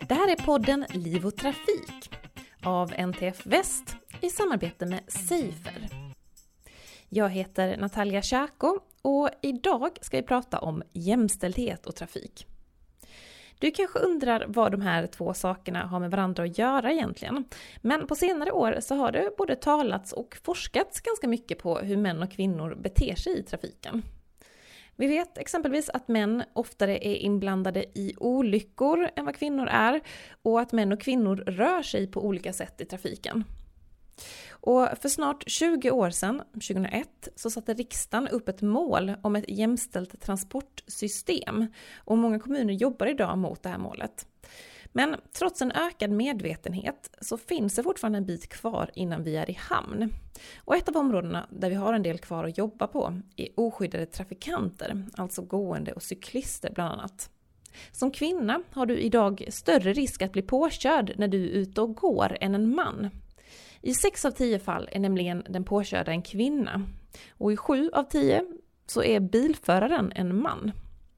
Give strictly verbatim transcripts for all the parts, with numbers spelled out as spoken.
Det här är podden Liv och Trafik av N T F Väst i samarbete med Safer. Jag heter Natalia Tjako och idag ska vi prata om jämställdhet och trafik. Du kanske undrar vad de här två sakerna har med varandra att göra egentligen. Men på senare år så har det både talats och forskats ganska mycket på hur män och kvinnor beter sig i trafiken. Vi vet exempelvis att män oftare är inblandade i olyckor än vad kvinnor är och att män och kvinnor rör sig på olika sätt i trafiken. Och för snart tjugo år sedan, tjugohundraett, så satte riksdagen upp ett mål om ett jämställt transportsystem och många kommuner jobbar idag mot det här målet. Men trots en ökad medvetenhet så finns det fortfarande en bit kvar innan vi är i hamn. Och ett av områdena där vi har en del kvar att jobba på är oskyddade trafikanter, alltså gående och cyklister bland annat. Som kvinna har du idag större risk att bli påkörd när du är ute och går än en man. I sex av tio fall är nämligen den påkörda en kvinna och i sju av tio så är bilföraren en man.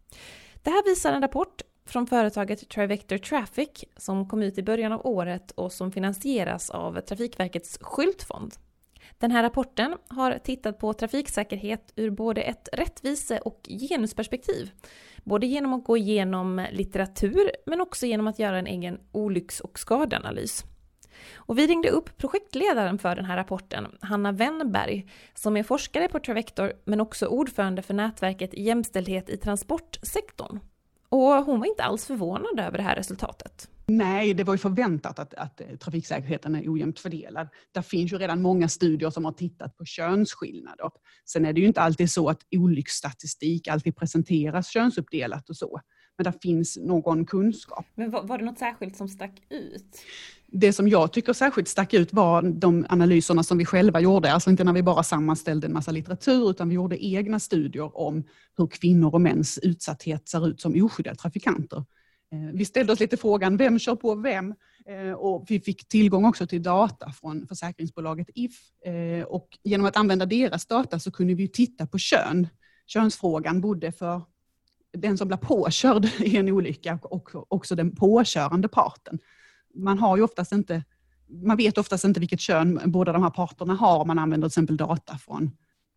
Det här visar en rapport från företaget Trivector Traffic som kom ut i början av året och som finansieras av Trafikverkets skyltfond. Den här rapporten har tittat på trafiksäkerhet ur både ett rättvise- och genusperspektiv. Både genom att gå igenom litteratur men också genom att göra en egen olycks- och skadeanalys. Och vi ringde upp projektledaren för den här rapporten, Hanna Wennberg, som är forskare på Trivector men också ordförande för nätverket Jämställdhet i transportsektorn. Och hon var inte alls förvånad över det här resultatet. Nej, det var ju förväntat att, att trafiksäkerheten är ojämnt fördelad. Det finns ju redan många studier som har tittat på könsskillnader. Sen är det ju inte alltid så att olycksstatistik alltid presenteras könsuppdelat och så. Men det finns någon kunskap. Men var, var det något särskilt som stack ut? Det som jag tycker särskilt stack ut var de analyserna som vi själva gjorde. Alltså inte när vi bara sammanställde en massa litteratur utan vi gjorde egna studier om hur kvinnor och mäns utsatthet ser ut som oskyddade trafikanter. Vi ställde oss lite frågan, vem kör på vem? Och vi fick tillgång också till data från försäkringsbolaget I F. Och genom att använda deras data så kunde vi titta på kön. Könsfrågan bodde för den som blir påkörd i en olycka och också den påkörande parten. Man har ju oftast inte, man vet oftast inte vilket kön båda de här parterna har om man använder till exempel data från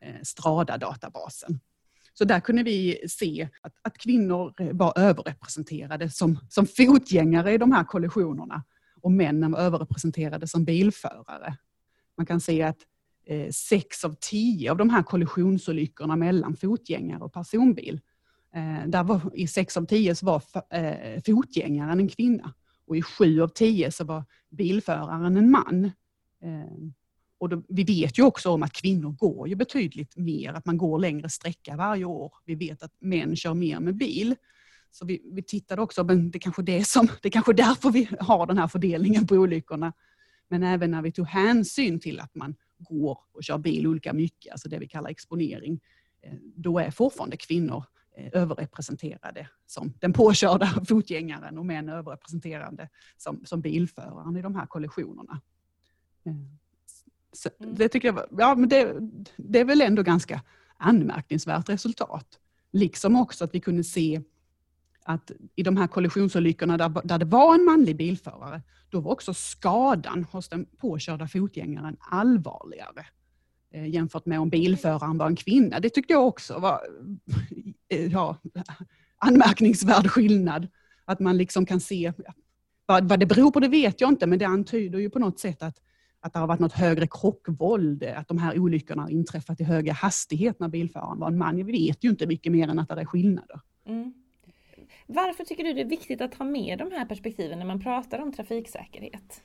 Strada-databasen. Så där kunde vi se att, att kvinnor var överrepresenterade som, som fotgängare i de här kollisionerna och männen var överrepresenterade som bilförare. Man kan se att eh, sex av tio av de här kollisionsolyckorna mellan fotgängare och personbil, eh, där var, i sex av tio så var eh, fotgängaren en kvinna och i sju av tio så var bilföraren en man. Eh, Och då, vi vet ju också om att kvinnor går ju betydligt mer, att man går längre sträcka varje år. Vi vet att män kör mer med bil. Så vi, vi tittade också, men det är kanske det som, det är kanske därför vi har den här fördelningen på olyckorna. Men även när vi tog hänsyn till att man går och kör bil olika mycket, alltså det vi kallar exponering, då är fortfarande kvinnor överrepresenterade som den påkörda fotgängaren och män överrepresenterade som, som bilföraren i de här kollisionerna. Så det tycker jag, ja, men det, det är väl ändå ganska anmärkningsvärt resultat. Liksom också att vi kunde se att i de här kollisionsolyckorna där, där det var en manlig bilförare, då var också skadan hos den påkörda fotgängaren allvarligare eh, jämfört med om bilföraren var en kvinna. Det tyckte jag också var eh, ja, anmärkningsvärd skillnad. Att man liksom kan se, vad, vad det beror på det vet jag inte, men det antyder ju på något sätt att att det har varit något högre krockvåld, att de här olyckorna har inträffat i höga hastighet när bilföraren var en man. Vi vet ju inte mycket mer än att det är skillnader. Mm. Varför tycker du det är viktigt att ha med de här perspektiven när man pratar om trafiksäkerhet?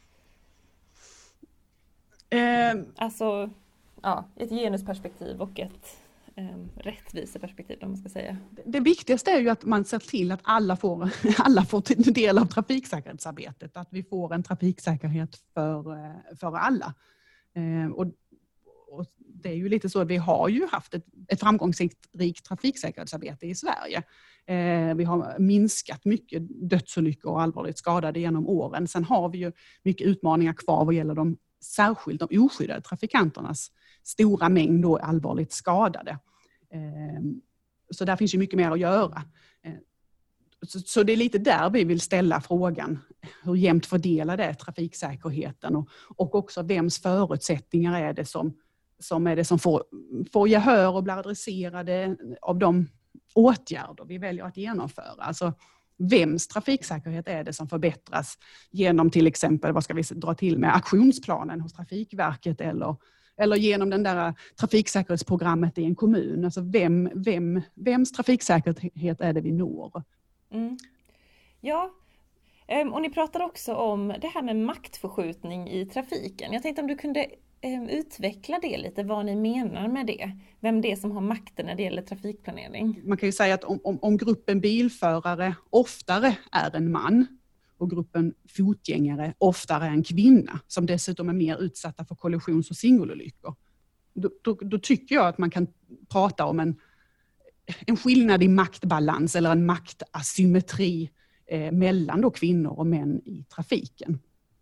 Eh, alltså, ja, ett genusperspektiv och ett eh, rättviseperspektiv, om man ska säga. Det viktigaste är ju att man ser till att alla får, alla får del av trafiksäkerhetsarbetet. Att vi får en trafiksäkerhet för, för alla. Eh, och, och det är ju lite så att vi har ju haft ett, ett framgångsrikt trafiksäkerhetsarbete i Sverige. Eh, vi har minskat mycket dödsolyckor och allvarligt skadade genom åren. Sen har vi ju mycket utmaningar kvar vad gäller de särskilt de oskyddade trafikanternas stora mängd då allvarligt skadade. Så där finns ju mycket mer att göra. Så, så det är lite där vi vill ställa frågan. Hur jämnt fördelad är trafiksäkerheten? Och, och också vems förutsättningar är det som, som, är det som får, får gehör och blir adresserade av de åtgärder vi väljer att genomföra. Alltså vems trafiksäkerhet är det som förbättras genom till exempel, vad ska vi dra till med, aktionsplanen hos Trafikverket eller, eller genom den där trafiksäkerhetsprogrammet i en kommun. Alltså vem, vem, vems trafiksäkerhet är det vi når? Mm. Ja, och ni pratar också om det här med maktförskjutning i trafiken. Jag tänkte om du kunde utveckla det lite, vad ni menar med det. Vem det är som har makten när det gäller trafikplanering. Man kan ju säga att om, om, om gruppen bilförare oftare är en man och gruppen fotgängare oftare är en kvinna som dessutom är mer utsatta för kollisions- och singelolyckor. Då, då, då tycker jag att man kan prata om en, en skillnad i maktbalans eller en maktasymmetri eh, mellan då kvinnor och män i trafiken.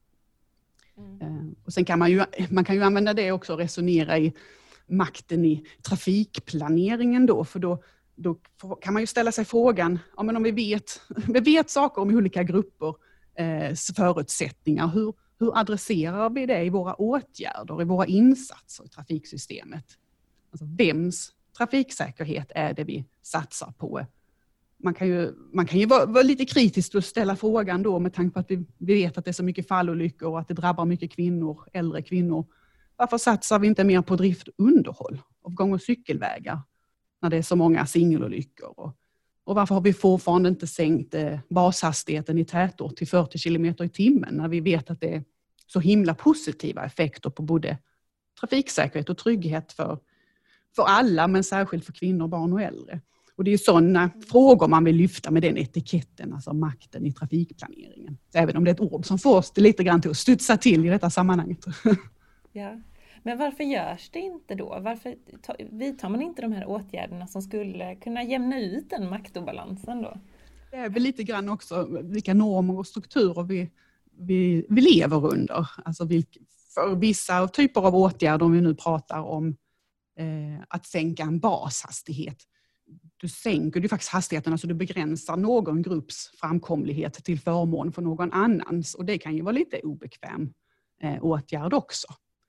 Mm. Och sen kan man ju, man kan ju använda det också och resonera i makten i trafikplaneringen då, för då, då kan man ju ställa sig frågan, ja, men om vi vet, vi vet saker om olika grupper eh, förutsättningar, hur, hur adresserar vi det i våra åtgärder, i våra insatser i trafiksystemet? Alltså vems trafiksäkerhet är det vi satsar på? Man kan ju, man kan ju vara, vara lite kritisk och ställa frågan då med tanke på att vi, vi vet att det är så mycket fallolyckor och att det drabbar mycket kvinnor, äldre kvinnor. Varför satsar vi inte mer på drift och underhåll av gång- och cykelvägar när det är så många singelolyckor? Och, och varför har vi fortfarande inte sänkt eh, bashastigheten i tätort till fyrtio kilometer i timmen när vi vet att det är så himla positiva effekter på både trafiksäkerhet och trygghet för, för alla, men särskilt för kvinnor, barn och äldre. Och det är sådana frågor man vill lyfta med den etiketten, alltså makten i trafikplaneringen. Även om det är ett ord som får oss lite grann till att studsa till i detta sammanhanget. Ja. Men varför görs det inte då? Varför vidtar man inte de här åtgärderna som skulle kunna jämna ut den maktobalansen då? Det är väl lite grann också vilka normer och strukturer vi, vi, vi lever under. Alltså vilk, för vissa typer av åtgärder, om vi nu pratar om eh, att sänka en bashastighet. Du sänker du faktiskt hastigheten, alltså du begränsar någon grupps framkomlighet till förmån för någon annans. Och det kan ju vara lite obekväm eh, åtgärd också.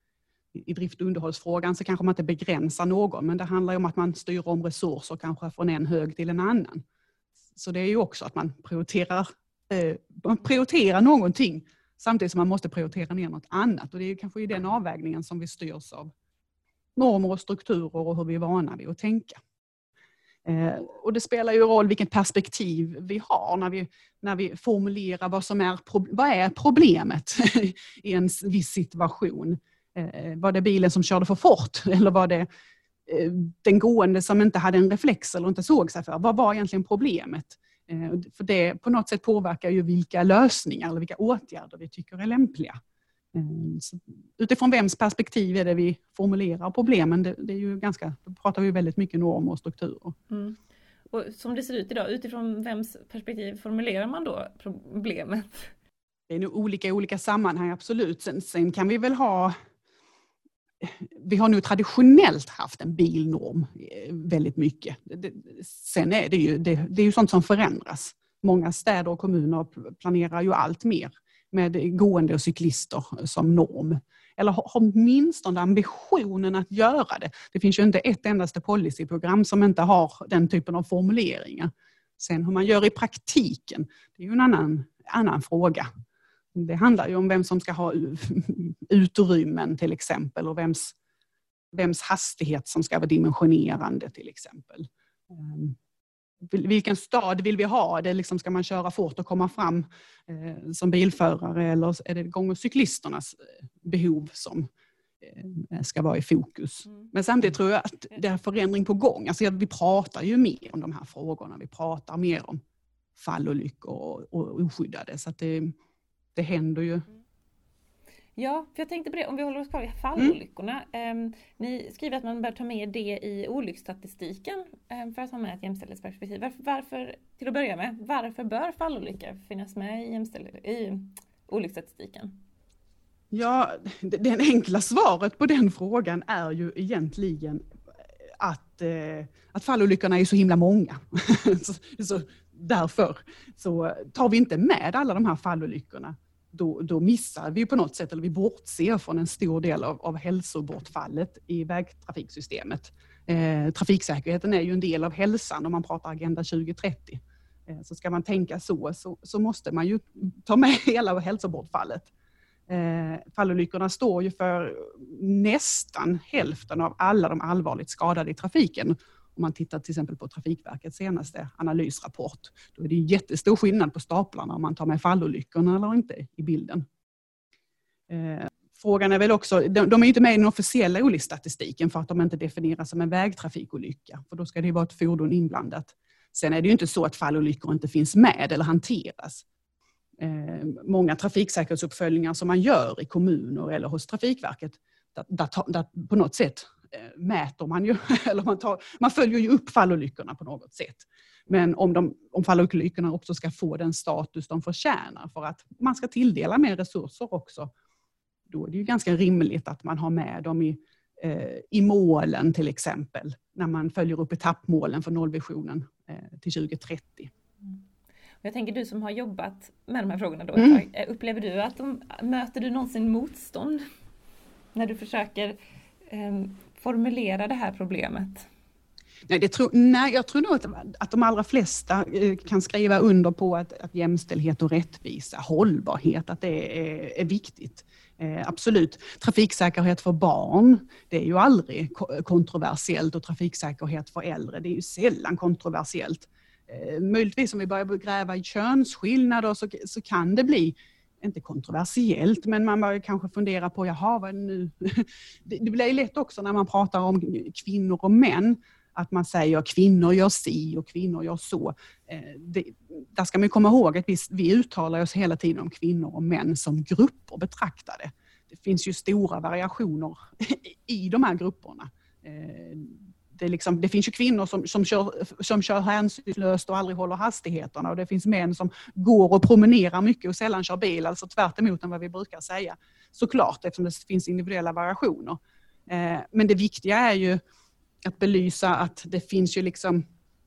I drift- och underhållsfrågan så kanske man inte begränsar någon, men det handlar ju om att man styr om resurser kanske från en hög till en annan. Så det är ju också att man prioriterar, eh, man prioriterar någonting samtidigt som man måste prioritera ner något annat. Och det är ju kanske i den avvägningen som vi styrs av normer och strukturer och hur vi är vana vid att tänka. Eh, och det spelar ju roll vilket perspektiv vi har när vi, när vi formulerar vad som är, vad är problemet i en viss situation. Eh, var det bilen som körde för fort eller var det eh, den gående som inte hade en reflex eller inte såg sig för? Vad var egentligen problemet? Eh, för det på något sätt påverkar ju vilka lösningar eller vilka åtgärder vi tycker är lämpliga. Eh, så utifrån vems perspektiv är det vi formulerar problemen? Det, det är ju ganska, då pratar vi väldigt mycket normer och strukturer. Mm. Och som det ser ut idag, utifrån vems perspektiv formulerar man då problemet? Det är nog olika i olika sammanhang, absolut. Sen, sen kan vi väl ha... Vi har nu traditionellt haft en bilnorm väldigt mycket. Sen är det ju, det, det är ju sånt som förändras. Många städer och kommuner planerar ju allt mer med gående och cyklister som norm. Eller har åtminstone ambitionen att göra det. Det finns ju inte ett endaste policyprogram som inte har den typen av formuleringar. Sen hur man gör i praktiken, det är ju en annan, annan fråga. Det handlar ju om vem som ska ha utrymmen till exempel och vems, vems hastighet som ska vara dimensionerande till exempel. Vilken stad vill vi ha? Det liksom, ska man köra fort och komma fram eh, som bilförare eller är det gång- och cyklisternas behov som eh, ska vara i fokus? Mm. Men samtidigt tror jag att det är förändring på gång. Alltså, vi pratar ju mer om de här frågorna. Vi pratar mer om fallolyckor och, och oskyddade. Så att det, det händer ju. Ja, för jag tänkte på det, om vi håller oss kvar vid fallolyckorna. Mm. Eh, ni skriver att man bör ta med det i olycksstatistiken eh, för att ha med ett jämställdhetsperspektiv. Varför, varför, till att börja med, varför bör fallolyckor finnas med i, i olycksstatistiken? Ja, det, det enkla svaret på den frågan är ju egentligen att, att fallolyckorna är så himla många. så, så därför så tar vi inte med alla de här fallolyckorna. Då, då missar vi på något sätt, eller vi bortser från en stor del av, av hälsobortfallet i vägtrafiksystemet. Eh, trafiksäkerheten är ju en del av hälsan om man pratar Agenda tjugo trettio. Eh, så ska man tänka så, så, så måste man ju ta med hela hälsobortfallet. Eh, fallolyckorna står ju för nästan hälften av alla de allvarligt skadade i trafiken. Om man tittar till exempel på Trafikverkets senaste analysrapport, då är det jättestor skillnad på staplarna om man tar med fallolyckorna eller inte i bilden. Eh, frågan är väl också, de, de är inte med i den officiella olycksstatistiken för att de inte definieras som en vägtrafikolycka, för då ska det ju vara ett fordon inblandat. Sen är det ju inte så att fallolyckor inte finns med eller hanteras. Eh, många trafiksäkerhetsuppföljningar som man gör i kommuner eller hos Trafikverket, där, där, där på något sätt mäter man ju, eller man, tar, man följer ju upp fallolyckorna på något sätt. Men om, de, om fallolyckorna också ska få den status de förtjänar för att man ska tilldela mer resurser också, då är det ju ganska rimligt att man har med dem i, eh, i målen till exempel, när man följer upp etappmålen för nollvisionen eh, till tjugo trettio. Mm. Jag tänker, du som har jobbat med de här frågorna då, mm. upplever du att de, möter du någonsin motstånd när du försöker eh, formulera det här problemet? Nej, det tror, nej, jag tror nog att, att de allra flesta kan skriva under på att, att jämställdhet och rättvisa, hållbarhet, att det är, är viktigt. Eh, absolut. Trafiksäkerhet för barn, det är ju aldrig kontroversiellt, och trafiksäkerhet för äldre, det är ju sällan kontroversiellt. Eh, möjligtvis om vi börjar gräva i könsskillnader så, så kan det bli inte kontroversiellt, men man börjar kanske fundera på, jaha, vad är det nu? Det, det blir lätt också när man pratar om kvinnor och män, att man säger kvinnor gör si och kvinnor gör så. Eh, det, där ska man komma ihåg att vi, vi uttalar oss hela tiden om kvinnor och män som grupper betraktade. Det finns ju stora variationer i de här grupperna. Eh, det, liksom, det finns ju kvinnor som, som, kör, som kör hänsynslöst och aldrig håller hastigheterna, och det finns män som går och promenerar mycket och sällan kör bil, alltså tvärt emot än vad vi brukar säga. Såklart, eftersom det finns individuella variationer. Eh, men det viktiga är ju att belysa att det finns ju liksom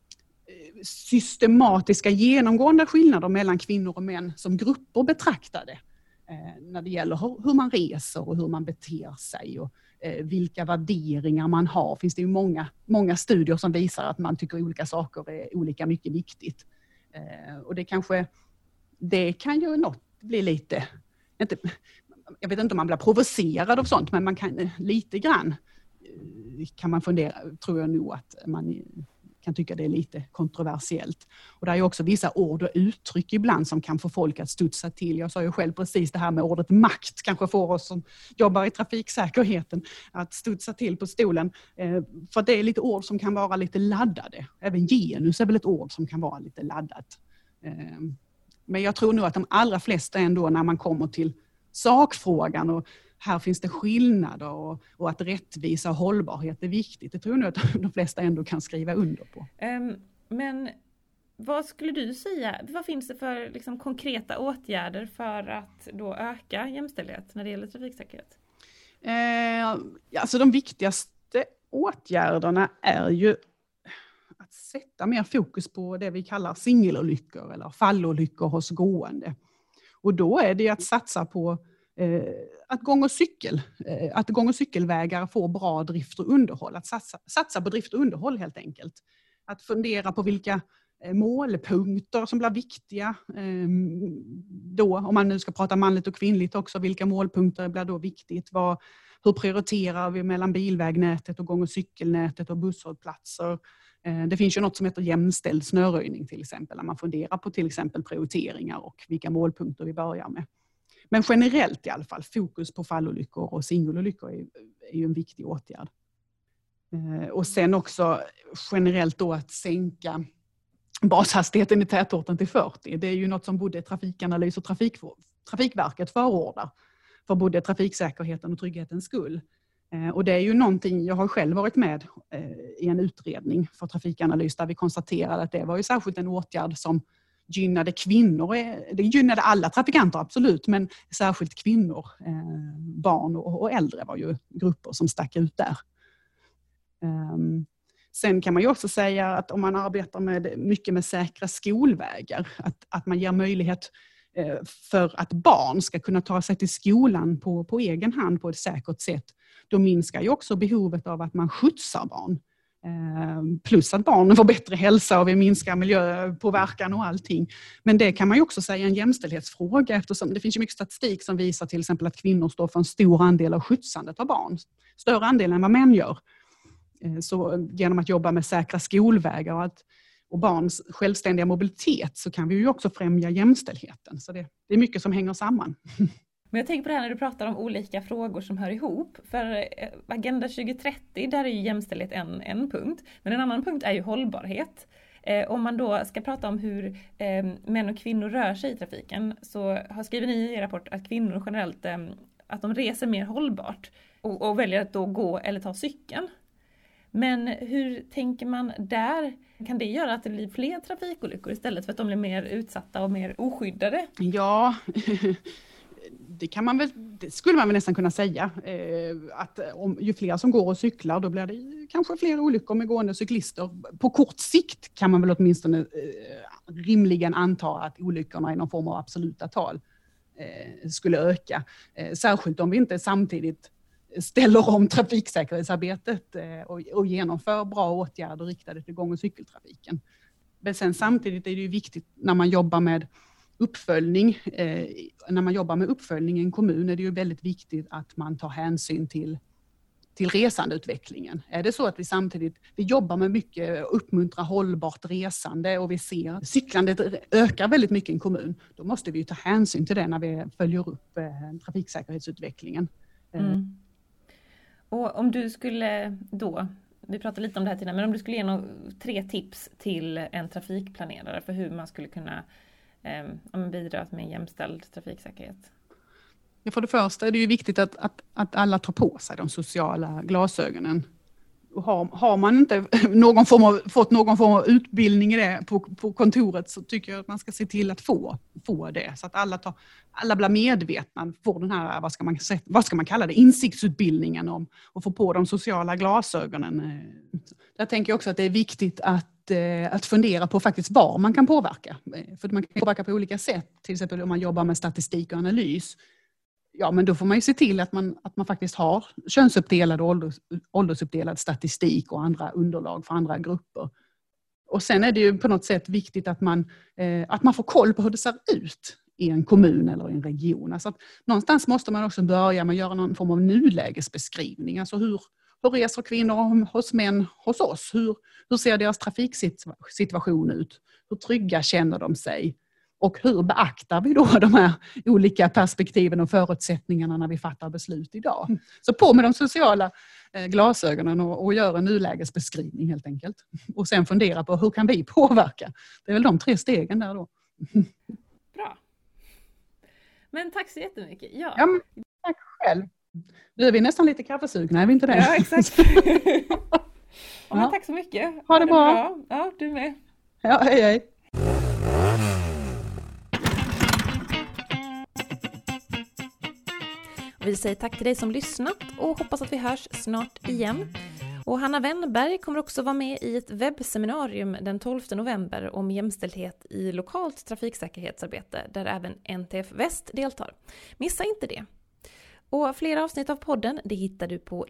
systematiska genomgående skillnader mellan kvinnor och män som grupper betraktade. Eh, när det gäller hur, hur man reser och hur man beter sig och eh, vilka värderingar man har. Finns det ju många, många studier som visar att man tycker olika saker är olika mycket viktigt. Eh, och det kanske, det kan ju något bli lite, inte, jag vet inte om man blir provocerad av sånt, men man kan lite grann kan man fundera, tror jag nog att man kan tycka det är lite kontroversiellt. Och det är ju också vissa ord och uttryck ibland som kan få folk att studsa till. Jag sa ju själv precis det här med ordet makt kanske får oss som jobbar i trafiksäkerheten att studsa till på stolen. För det är lite ord som kan vara lite laddade. Även genus är väl ett ord som kan vara lite laddat. Men jag tror nog att de allra flesta ändå, när man kommer till sakfrågan och här finns det skillnader och, och att rättvisa och hållbarhet är viktigt. Det tror jag att de flesta ändå kan skriva under på. Um, men vad skulle du säga, vad finns det för liksom, konkreta åtgärder för att då öka jämställdhet när det gäller trafiksäkerhet? Eh, alltså de viktigaste åtgärderna är ju att sätta mer fokus på det vi kallar singelolyckor eller fallolyckor hos gående. Och då är det att satsa på Att gång- och cykel, att gång- och cykelvägar får bra drift och underhåll. Att satsa, satsa på drift och underhåll helt enkelt. Att fundera på vilka målpunkter som blir viktiga. Då, om man nu ska prata manligt och kvinnligt också, vilka målpunkter blir då viktigt? Vad, hur prioriterar vi mellan bilvägnätet och gång- och cykelnätet och busshållplatser? Det finns ju något som heter jämställd snöröjning till exempel. När man funderar på till exempel prioriteringar och vilka målpunkter vi börjar med. Men generellt i alla fall, fokus på fallolyckor och singelolyckor är, är ju en viktig åtgärd. Eh, och sen också generellt då att sänka bashastigheten i tätorten till fyrtio. Det är ju något som både Trafikanalys och trafik, Trafikverket förordar för både trafiksäkerheten och trygghetens skull. Eh, och det är ju någonting, jag har själv varit med eh, i en utredning för Trafikanalys där vi konstaterade att det var ju särskilt en åtgärd som gynnade kvinnor, det gynnade alla trafikanter absolut, men särskilt kvinnor, barn och äldre var ju grupper som stack ut där. Sen kan man ju också säga att om man arbetar med, mycket med säkra skolvägar, att, att man ger möjlighet för att barn ska kunna ta sig till skolan på, på egen hand på ett säkert sätt, då minskar ju också behovet av att man skjutsar barn. Plus att barnen får bättre hälsa och vi minskar miljöpåverkan och allting. Men det kan man ju också säga är en jämställdhetsfråga, eftersom det finns ju mycket statistik som visar till exempel att kvinnor står för en stor andel av skjutsandet av barn. Större andel än vad män gör. Så genom att jobba med säkra skolvägar och, att, och barns självständiga mobilitet så kan vi ju också främja jämställdheten. Så det, det är mycket som hänger samman. Men jag tänker på det här när du pratar om olika frågor som hör ihop. För Agenda tjugo trettio, där är ju jämställdhet en, en punkt. Men en annan punkt är ju hållbarhet. Eh, om man då ska prata om hur eh, män och kvinnor rör sig i trafiken, så har skrivit ni i er rapport att kvinnor generellt eh, att de reser mer hållbart och, och väljer att då gå eller ta cykeln. Men hur tänker man där? Kan det göra att det blir fler trafikolyckor istället för att de blir mer utsatta och mer oskyddade? Ja, det kan man väl, det skulle man väl nästan kunna säga. Eh, att om, ju fler som går och cyklar, då blir det kanske fler olyckor med gående cyklister. På kort sikt kan man väl åtminstone eh, rimligen anta att olyckorna i någon form av absoluta tal eh, skulle öka. Eh, särskilt om vi inte samtidigt ställer om trafiksäkerhetsarbetet och, och genomför bra åtgärder riktade till gång- och cykeltrafiken. Men sen samtidigt är det ju viktigt när man jobbar med uppföljning, eh, när man jobbar med uppföljning i en kommun är det ju väldigt viktigt att man tar hänsyn till, till resandeutvecklingen. Är det så att vi samtidigt vi jobbar med mycket uppmuntra hållbart resande och vi ser att cyklandet ökar väldigt mycket i en kommun, då måste vi ju ta hänsyn till det när vi följer upp eh, trafiksäkerhetsutvecklingen. Mm. Och om du skulle då, vi pratade lite om det här tidigare, men om du skulle ge några, tre tips till en trafikplanerare för hur man skulle kunna eh, bidra med jämställd trafiksäkerhet? Ja, för det första är det ju viktigt att, att, att alla tar på sig de sociala glasögonen. Har, har man inte någon form av, fått någon form av utbildning i det på, på kontoret, så tycker jag att man ska se till att få, få det. Så att alla, tar, alla blir medvetna, får den här, vad ska man, vad ska man kalla det, insiktsutbildningen om och få på de sociala glasögonen. Där tänker jag också att det är viktigt att, att fundera på faktiskt var man kan påverka. För man kan påverka på olika sätt, till exempel om man jobbar med statistik och analys. Ja, men då får man ju se till att man, att man faktiskt har könsuppdelad och ålders, åldersuppdelad statistik och andra underlag för andra grupper. Och sen är det ju på något sätt viktigt att man, eh, att man får koll på hur det ser ut i en kommun eller i en region. Alltså att någonstans måste man också börja med att göra någon form av nulägesbeskrivning. Alltså hur, hur reser kvinnor hos män hos oss? Hur, hur ser deras trafiksituation ut? Hur trygga känner de sig? Och hur beaktar vi då de här olika perspektiven och förutsättningarna när vi fattar beslut idag? Mm. Så på med de sociala glasögonen och, och gör en nulägesbeskrivning helt enkelt. Och sen fundera på hur kan vi påverka? Det är väl de tre stegen där då. Bra. Men tack så jättemycket. Ja. Ja, men, tack själv. Nu är vi nästan lite kaffesugna, är vi inte det? Ja, exakt. Ja, tack så mycket. Ha, ha det, det bra. bra. Ja, du med. Ja, hej hej. Vi säger tack till dig som lyssnat och hoppas att vi hörs snart igen. Och Hanna Wennberg kommer också vara med i ett webbseminarium den tolfte november om jämställdhet i lokalt trafiksäkerhetsarbete där även N T F Väst deltar. Missa inte det. Och flera avsnitt av podden det hittar du på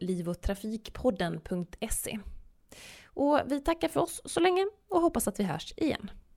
livotrafikpodden punkt se. Och vi tackar för oss så länge och hoppas att vi hörs igen.